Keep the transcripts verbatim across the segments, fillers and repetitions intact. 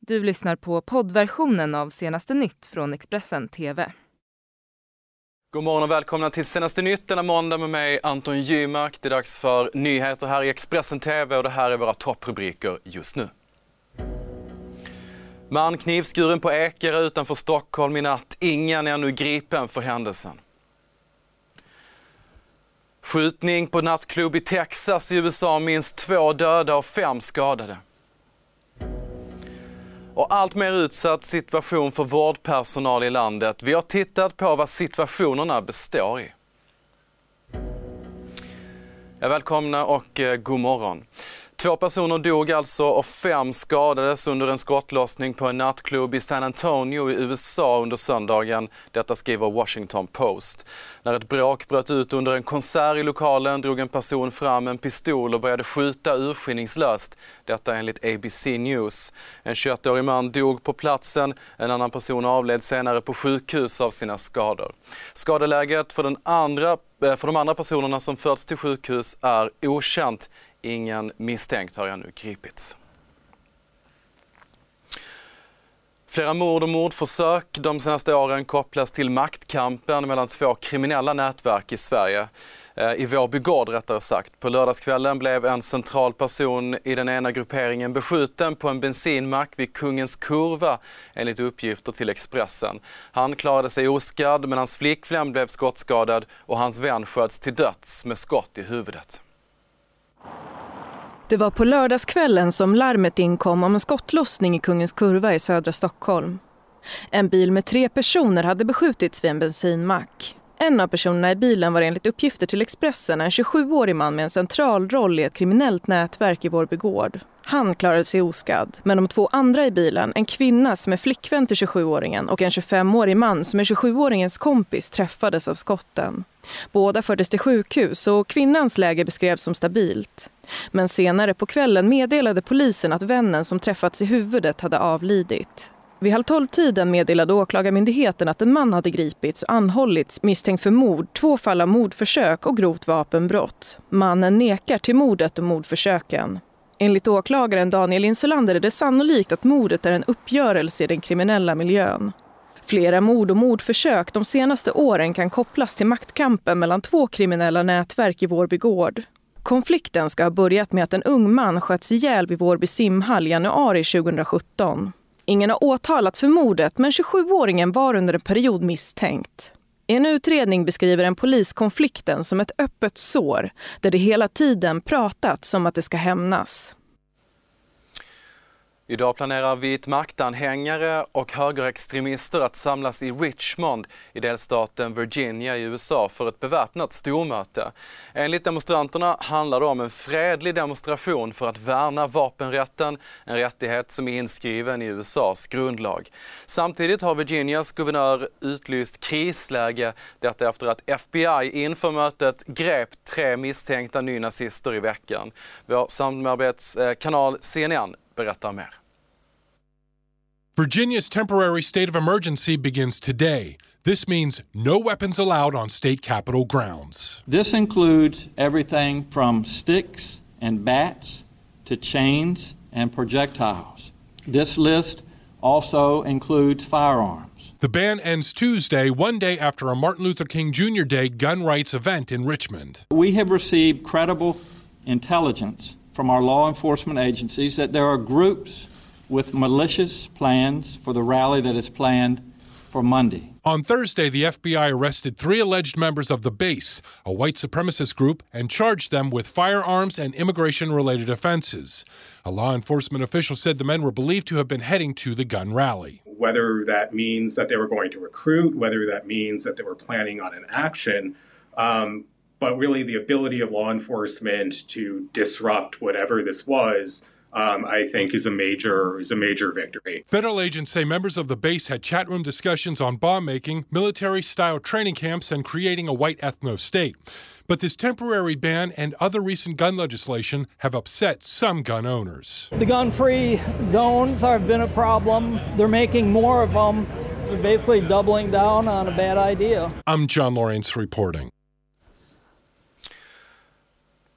Du lyssnar på poddversionen av Senaste Nytt från Expressen T V. God morgon och välkomna till Senaste Nytt denna måndag med mig Anton Gymark. Det är dags för nyheter här i Expressen T V och det här är våra topprubriker just nu. Man knivskuren på Ekerö utanför Stockholm i natt. Ingen är ännu gripen för händelsen. Skjutning på nattklubb i Texas i U S A, minst två döda och fem skadade. Och allt mer utsatt situation för vårdpersonal i landet. Vi har tittat på vad situationerna består i. Jag välkomna och eh, god morgon. Två personer dog alltså och fem skadades under en skottlossning på en nattklubb i San Antonio i U S A under söndagen. Detta skriver Washington Post. När ett bråk bröt ut under en konsert i lokalen drog en person fram en pistol och började skjuta urskillningslöst. Detta enligt A B C News. En tjugoettårig man dog på platsen. En annan person avled senare på sjukhus av sina skador. Skadeläget för, den andra, för de andra personerna som förts till sjukhus är okänt. Ingen misstänkt har ännu gripits. Flera mord och mordförsök de senaste åren kopplas till maktkampen mellan två kriminella nätverk i Sverige. I Vårby gård rättare sagt. På lördagskvällen blev en central person i den ena grupperingen beskjuten på en bensinmack vid Kungens Kurva enligt uppgifter till Expressen. Han klarade sig oskadd men hans flickvän blev skottskadad och hans vän sköts till döds med skott i huvudet. Det var på lördagskvällen som larmet inkom om en skottlossning i Kungens Kurva i södra Stockholm. En bil med tre personer hade beskjutits vid en bensinmack. En av personerna i bilen var enligt uppgifter till Expressen en tjugosjuårig man med en central roll i ett kriminellt nätverk i Vårby gård. Han klarade sig oskadd, men de två andra i bilen, en kvinna som är flickvän till tjugosjuåringen och en tjugofemårig man som är tjugosjuåringens kompis, träffades av skotten. Båda fördes till sjukhus och kvinnans läge beskrevs som stabilt. Men senare på kvällen meddelade polisen att vännen som träffats i huvudet hade avlidit. Vid halv tolv-tiden meddelade åklagarmyndigheten att en man hade gripits och anhållits misstänkt för mord, två fall av mordförsök och grovt vapenbrott. Mannen nekar till mordet och mordförsöken. Enligt åklagaren Daniel Insulander är det sannolikt att mordet är en uppgörelse i den kriminella miljön. Flera mord och mordförsök de senaste åren kan kopplas till maktkampen mellan två kriminella nätverk i Vårby gård. Konflikten ska ha börjat med att en ung man sköts ihjäl vid Vårby simhall i januari tjugosjutton. Ingen har åtalats för mordet, men tjugosjuåringen var under en period misstänkt. I en utredning beskriver en polis konflikten som ett öppet sår där det hela tiden pratats om att det ska hämnas. Idag planerar vit maktanhängare och högerextremister att samlas i Richmond i delstaten Virginia i U S A för ett beväpnat stormöte. Enligt demonstranterna handlar det om en fredlig demonstration för att värna vapenrätten, en rättighet som är inskriven i U S A:s grundlag. Samtidigt har Virginias guvernör utlyst krisläge, detta efter att F B I inför mötet grep tre misstänkta nynazister i veckan. Vår samarbetskanal C N N berättar mer. Virginia's temporary state of emergency begins today. This means no weapons allowed on state capitol grounds. This includes everything from sticks and bats to chains and projectiles. This list also includes firearms. The ban ends Tuesday, one day after a Martin Luther King Junior Day gun rights event in Richmond. We have received credible intelligence from our law enforcement agencies that there are groups with malicious plans for the rally that is planned for Monday. On Thursday, the F B I arrested three alleged members of the Base, a white supremacist group, and charged them with firearms and immigration-related offenses. A law enforcement official said the men were believed to have been heading to the gun rally. Whether that means that they were going to recruit, whether that means that they were planning on an action, um, but really the ability of law enforcement to disrupt whatever this was, um, I think is a major is a major victory. Federal agents say members of the base had chat room discussions on bomb making, military-style training camps, and creating a white ethno-state. But this temporary ban and other recent gun legislation have upset some gun owners. The gun-free zones have been a problem. They're making more of them. They're basically doubling down on a bad idea. I'm John Lawrence reporting.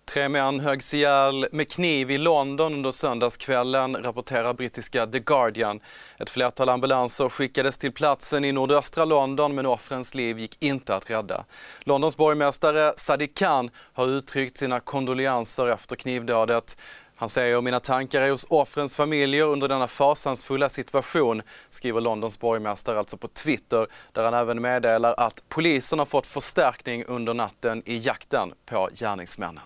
Tre män höggs ihjäl med kniv i London under söndagskvällen, rapporterar brittiska The Guardian. Ett flertal ambulanser skickades till platsen i nordöstra London, men offrens liv gick inte att rädda. Londons borgmästare Sadiq Khan har uttryckt sina kondolenser efter knivdådet. Han säger: mina tankar är hos offrens familjer under denna fasansfulla situation, skriver Londons borgmästare alltså på Twitter, där han även meddelar att polisen har fått förstärkning under natten i jakten på gärningsmännen.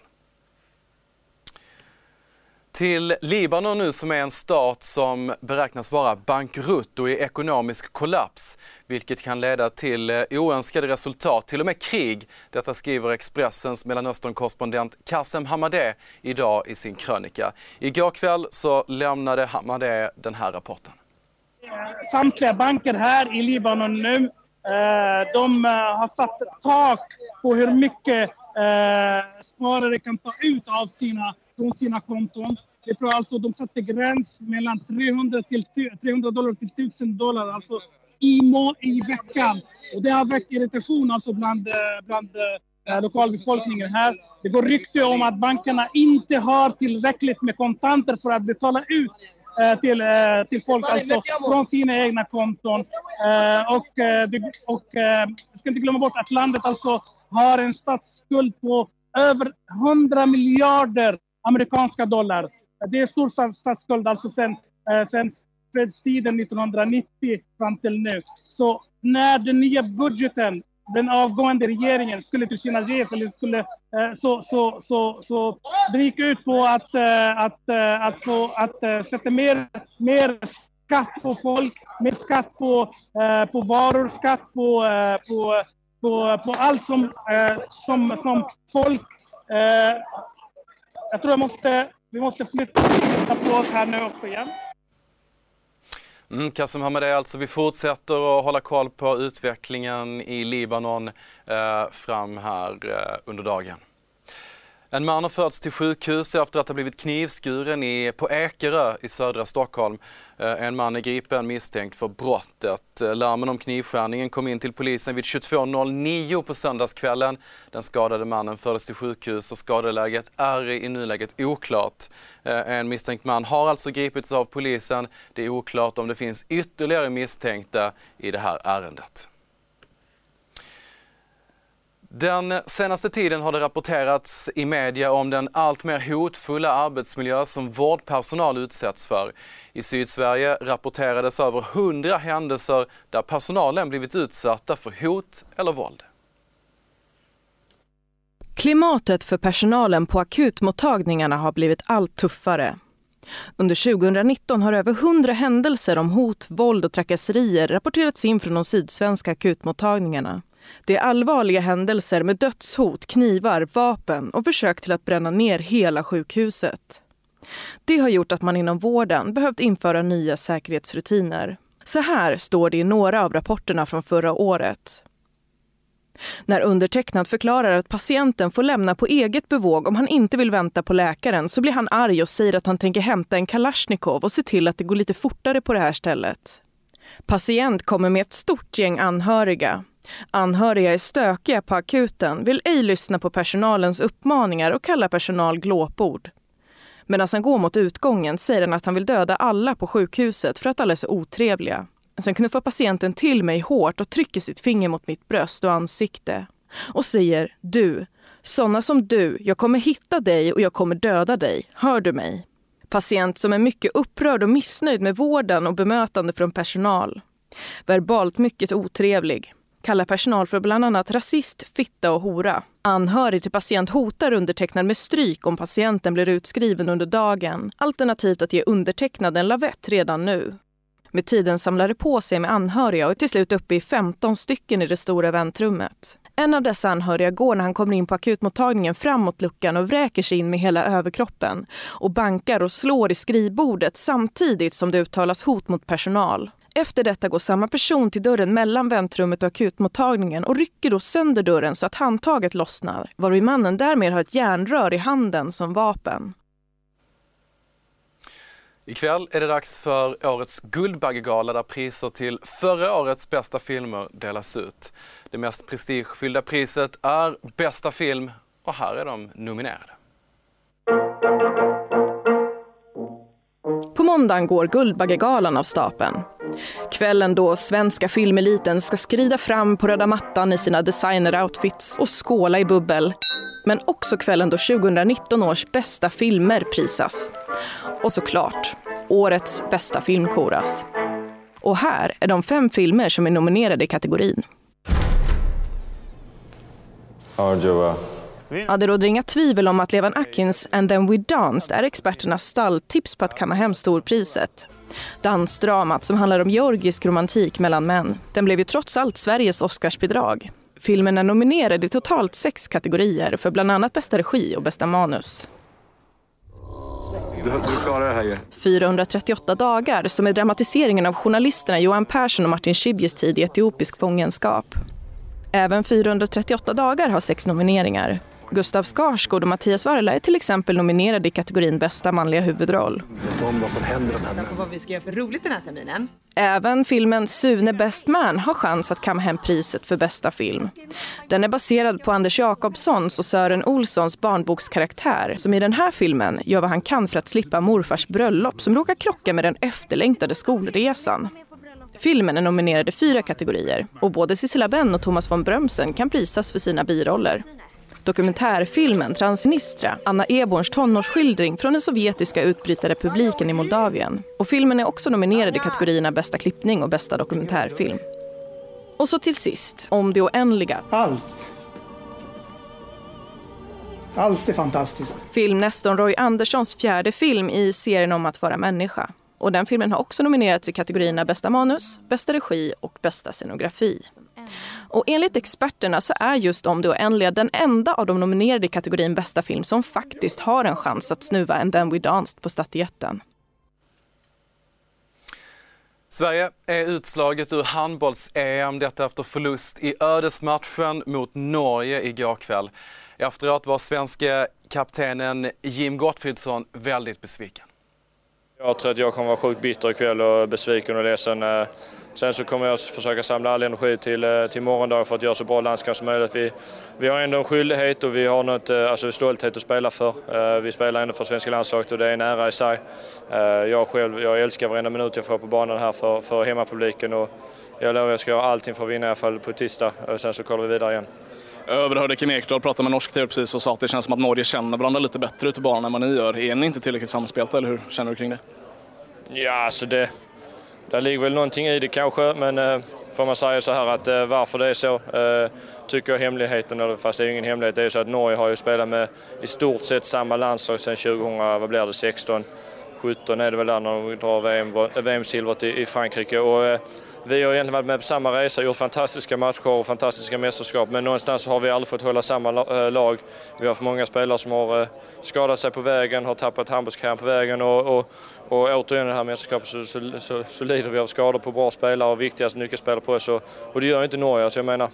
Till Libanon nu, som är en stat som beräknas vara bankrutt och i ekonomisk kollaps, vilket kan leda till oönskade resultat, till och med krig. Detta skriver Expressens Mellanöstern-korrespondent Kassem Hamadeh idag i sin krönika. Igår kväll så lämnade Hamadeh den här rapporten. Samtliga banker här i Libanon nu, de har satt tak på hur mycket sparare kan ta ut av sina från sina konton. Det är alltså, de satte gräns mellan trehundra dollar till tusen dollar alltså i, må, i veckan. Och det har väckt irritation alltså bland, bland äh, lokalbefolkningen här. Det går rykte om att bankerna inte har tillräckligt med kontanter för att betala ut äh, till, äh, till folk alltså från sina egna konton. Äh, och äh, och äh, jag ska inte glömma bort att landet alltså har en statsskuld på över hundra miljarder amerikanska dollar. Det är stor statsskuld alltså sen, sen fredstiden nittonhundranittio fram till nu. Så när den nya budgeten, den avgående regeringen skulle tillkännages, eller skulle så så så så det gick ut på att att att få att sätta mer mer skatt på folk, mer skatt på på varor, skatt på på på på allt som som som folk. Jag tror jag måste, vi måste flytta på oss här nu också igen. Mm, Kassem Hamadeh, alltså vi fortsätter att hålla koll på utvecklingen i Libanon eh, fram här eh, under dagen. En man har förts till sjukhus efter att ha blivit knivskuren i, på Ekerö i södra Stockholm. En man är gripen misstänkt för brottet. Larmen om knivskärningen kom in till polisen vid tjugotvå noll nio på söndagskvällen. Den skadade mannen fördes till sjukhus och skadeläget är i nuläget oklart. En misstänkt man har alltså gripits av polisen. Det är oklart om det finns ytterligare misstänkta i det här ärendet. Den senaste tiden har det rapporterats i media om den allt mer hotfulla arbetsmiljö som vårdpersonal utsätts för. I Sydsverige rapporterades över hundra händelser där personalen blivit utsatta för hot eller våld. Klimatet för personalen på akutmottagningarna har blivit allt tuffare. Under tjugonitton har över hundra händelser om hot, våld och trakasserier rapporterats in från de sydsvenska akutmottagningarna. Det är allvarliga händelser med dödshot, knivar, vapen och försök till att bränna ner hela sjukhuset. Det har gjort att man inom vården behövt införa nya säkerhetsrutiner. Så här står det i några av rapporterna från förra året. När undertecknad förklarar att patienten får lämna på eget bevåg om han inte vill vänta på läkaren, så blir han arg och säger att han tänker hämta en Kalashnikov och se till att det går lite fortare på det här stället. Patient kommer med ett stort gäng anhöriga. Anhöriga är stökiga på akuten, vill ej lyssna på personalens uppmaningar och kallar personal glåpord. Medan han går mot utgången säger han att han vill döda alla på sjukhuset för att alla är så otrevliga. Sen knuffar patienten till mig hårt och trycker sitt finger mot mitt bröst och ansikte. Och säger: du, såna som du, jag kommer hitta dig och jag kommer döda dig. Hör du mig? Patient som är mycket upprörd och missnöjd med vården och bemötande från personal. Verbalt mycket otrevlig. Kallar personal för bland annat rasist, fitta och hora. Anhörig till patient hotar undertecknad med stryk om patienten blir utskriven under dagen. Alternativt att ge undertecknad en lavett redan nu. Med tiden samlar det på sig med anhöriga och är till slut uppe i femton stycken i det stora väntrummet. En av dessa anhöriga går när han kommer in på akutmottagningen fram mot luckan och vräker sig in med hela överkroppen. Och bankar och slår i skrivbordet samtidigt som det uttalas hot mot personal. Efter detta går samma person till dörren mellan väntrummet och akutmottagningen och rycker då sönder dörren så att handtaget lossnar. Varvid mannen därmed har ett järnrör i handen som vapen. Ikväll är det dags för årets Guldbaggegala där priser till förra årets bästa filmer delas ut. Det mest prestigefyllda priset är bästa film och här är de nominerade. söndagen går Guldbaggegalan av stapeln. Kvällen då svenska filmeliten ska skrida fram på röda mattan i sina designer-outfits och skåla i bubbel. Men också kvällen då tjugonitton års bästa filmer prisas. Och såklart, årets bästa film koras. Och här är de fem filmer som är nominerade i kategorin. Arjava. Ja, det råder inga tvivel om att Levan Atkins and Then We Danced är experternas stalltips på att kamma hem storpriset. Dansdramat som handlar om georgisk romantik mellan män. Den blev ju trots allt Sveriges Oscarsbidrag. Filmen är nominerad i totalt sex kategorier för bland annat bästa regi och bästa manus. Du, du klarar det här ju. fyrahundratrettioåtta dagar som är dramatiseringen av journalisterna Johan Persson och Martin Schibbys tid i etiopisk fångenskap. Även fyrahundratrettioåtta dagar har sex nomineringar. Gustav Skarsgård och Mattias Varela är till exempel nominerade i kategorin bästa manliga huvudroll. Om vad som händer på vad vi ska göra för roligt den här terminen. Även filmen Sune Best Man har chans att kamma hem priset för bästa film. Den är baserad på Anders Jakobssons och Sören Olssons barnbokskaraktär som i den här filmen gör vad han kan för att slippa morfars bröllop som råkar krocka med den efterlängtade skolresan. Filmen är nominerad i fyra kategorier och både Sissela Benn och Thomas von Brömsen kan prisas för sina biroller. Dokumentärfilmen Transnistria, Anna Eborns tonårsskildring från den sovjetiska utbrytarrepubliken i Moldavien. Och filmen är också nominerad i kategorierna bästa klippning och bästa dokumentärfilm. Och så till sist, Om det oändliga. Allt. Allt är fantastiskt. Filmnästorn Roy Anderssons fjärde film i serien om att vara människa. Och den filmen har också nominerats i kategorierna bästa manus, bästa regi och bästa scenografi. Och enligt experterna så är just Om det oändliga den enda av de nominerade i kategorin bästa film som faktiskt har en chans att snuva And Then We Danced på statyetten. Sverige är utslaget ur handbolls-E M, detta efter förlust i ödesmatchen mot Norge igår kväll. Efteråt var svenska kaptenen Jim Gottfridsson väldigt besviken. Jag tror att jag kommer vara sjukt bitter ikväll och besviken och ledsen. Sen så kommer jag försöka samla all energi till, till morgondag för att göra så bra landskamp som möjligt. Vi, vi har ändå en skyldighet och vi har något, alltså stolthet att spela för. Vi spelar ändå för svenska landslaget och det är en ära i sig. Jag själv, jag älskar varenda minut jag får på banan här för, för hemmapubliken och jag lovar att jag ska göra allting för att vinna i alla fall på tisdag. Och sen så kollar vi vidare igen. Jag överhörde Kim Ekdahl prata med norsk T V precis och sa att det känns som att Norge känner varandra lite bättre ute på banan än vad ni gör. Är ni inte tillräckligt samspelta eller hur känner du kring det? Ja, alltså det, där ligger väl någonting i det kanske, men eh, får man säga så här att eh, varför det är så eh, tycker jag hemligheten, eller fast det är ingen hemlighet, det är så att Norge har ju spelat med i stort sett samma landslag sedan tjugohundra, vad blir det, sexton, sjutton är det väl där när de drar V M-silvret i, i Frankrike och eh, vi har egentligen varit med på samma resa, gjort fantastiska matcher och fantastiska mästerskap, men någonstans har vi aldrig fått hålla samma lag. Vi har för många spelare som har skadat sig på vägen, har tappat handbollskarriären på vägen och, och, och återigen i det här mästerskapet så, så, så, så lider vi av skador på bra spelare och viktigaste nyckelspelare på oss och, och det gör inte Norge. Så jag menar,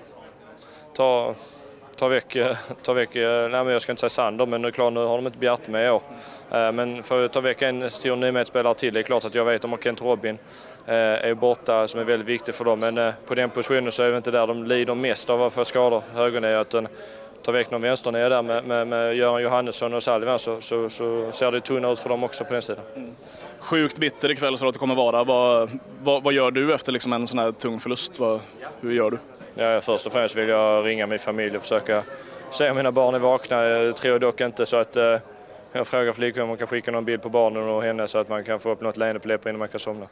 ta, ta väck, ta väck nej men jag ska inte säga Sander, men det är klart nu har de inte Bjarte med i år. Men för att ta väck en stor nyhetsspelare till, det är klart att jag vet om att Kent Robin är borta som är väldigt viktigt för dem, men på den positionen så är det inte där de lider mest av att få skador. Höger ner, utan ta väck någon vänster ner där med, med, med Göran Johannesson och Salvan så, så, så ser det tunna ut för dem också på den sidan. Mm. Sjukt bitter ikväll så att det kommer vara. Vad, vad, vad gör du efter liksom en sån här tung förlust? Vad, hur gör du? Ja, först och främst vill jag ringa min familj och försöka se om mina barn är vakna. Jag tror dock inte, så att eh, jag frågar flickvän om man kan skicka någon bild på barnen och henne så att man kan få upp något leende på läppen innan man kan somna.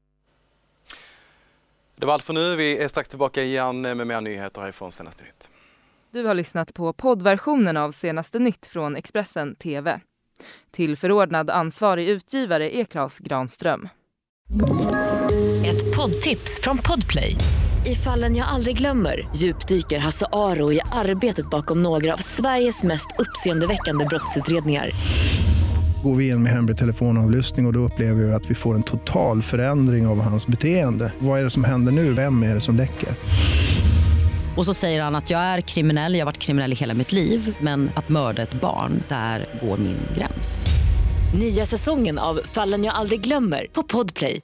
Det var allt för nu. Vi är strax tillbaka igen med mer nyheter härifrån Senaste Nytt. Du har lyssnat på poddversionen av Senaste Nytt från Expressen T V. Till förordnad ansvarig utgivare är Claes Granström. Ett poddtips från Podplay. I Fallen jag aldrig glömmer djupdyker Hasse Aro i arbetet bakom några av Sveriges mest uppseendeväckande brottsutredningar. Går vi in med hemlig telefonavlyssning och, och då upplever vi att vi får en total förändring av hans beteende. Vad är det som händer nu? Vem är det som läcker? Och så säger han att jag är kriminell, jag har varit kriminell i hela mitt liv. Men att mörda ett barn, där går min gräns. Nya säsongen av Fallen jag aldrig glömmer på Podplay.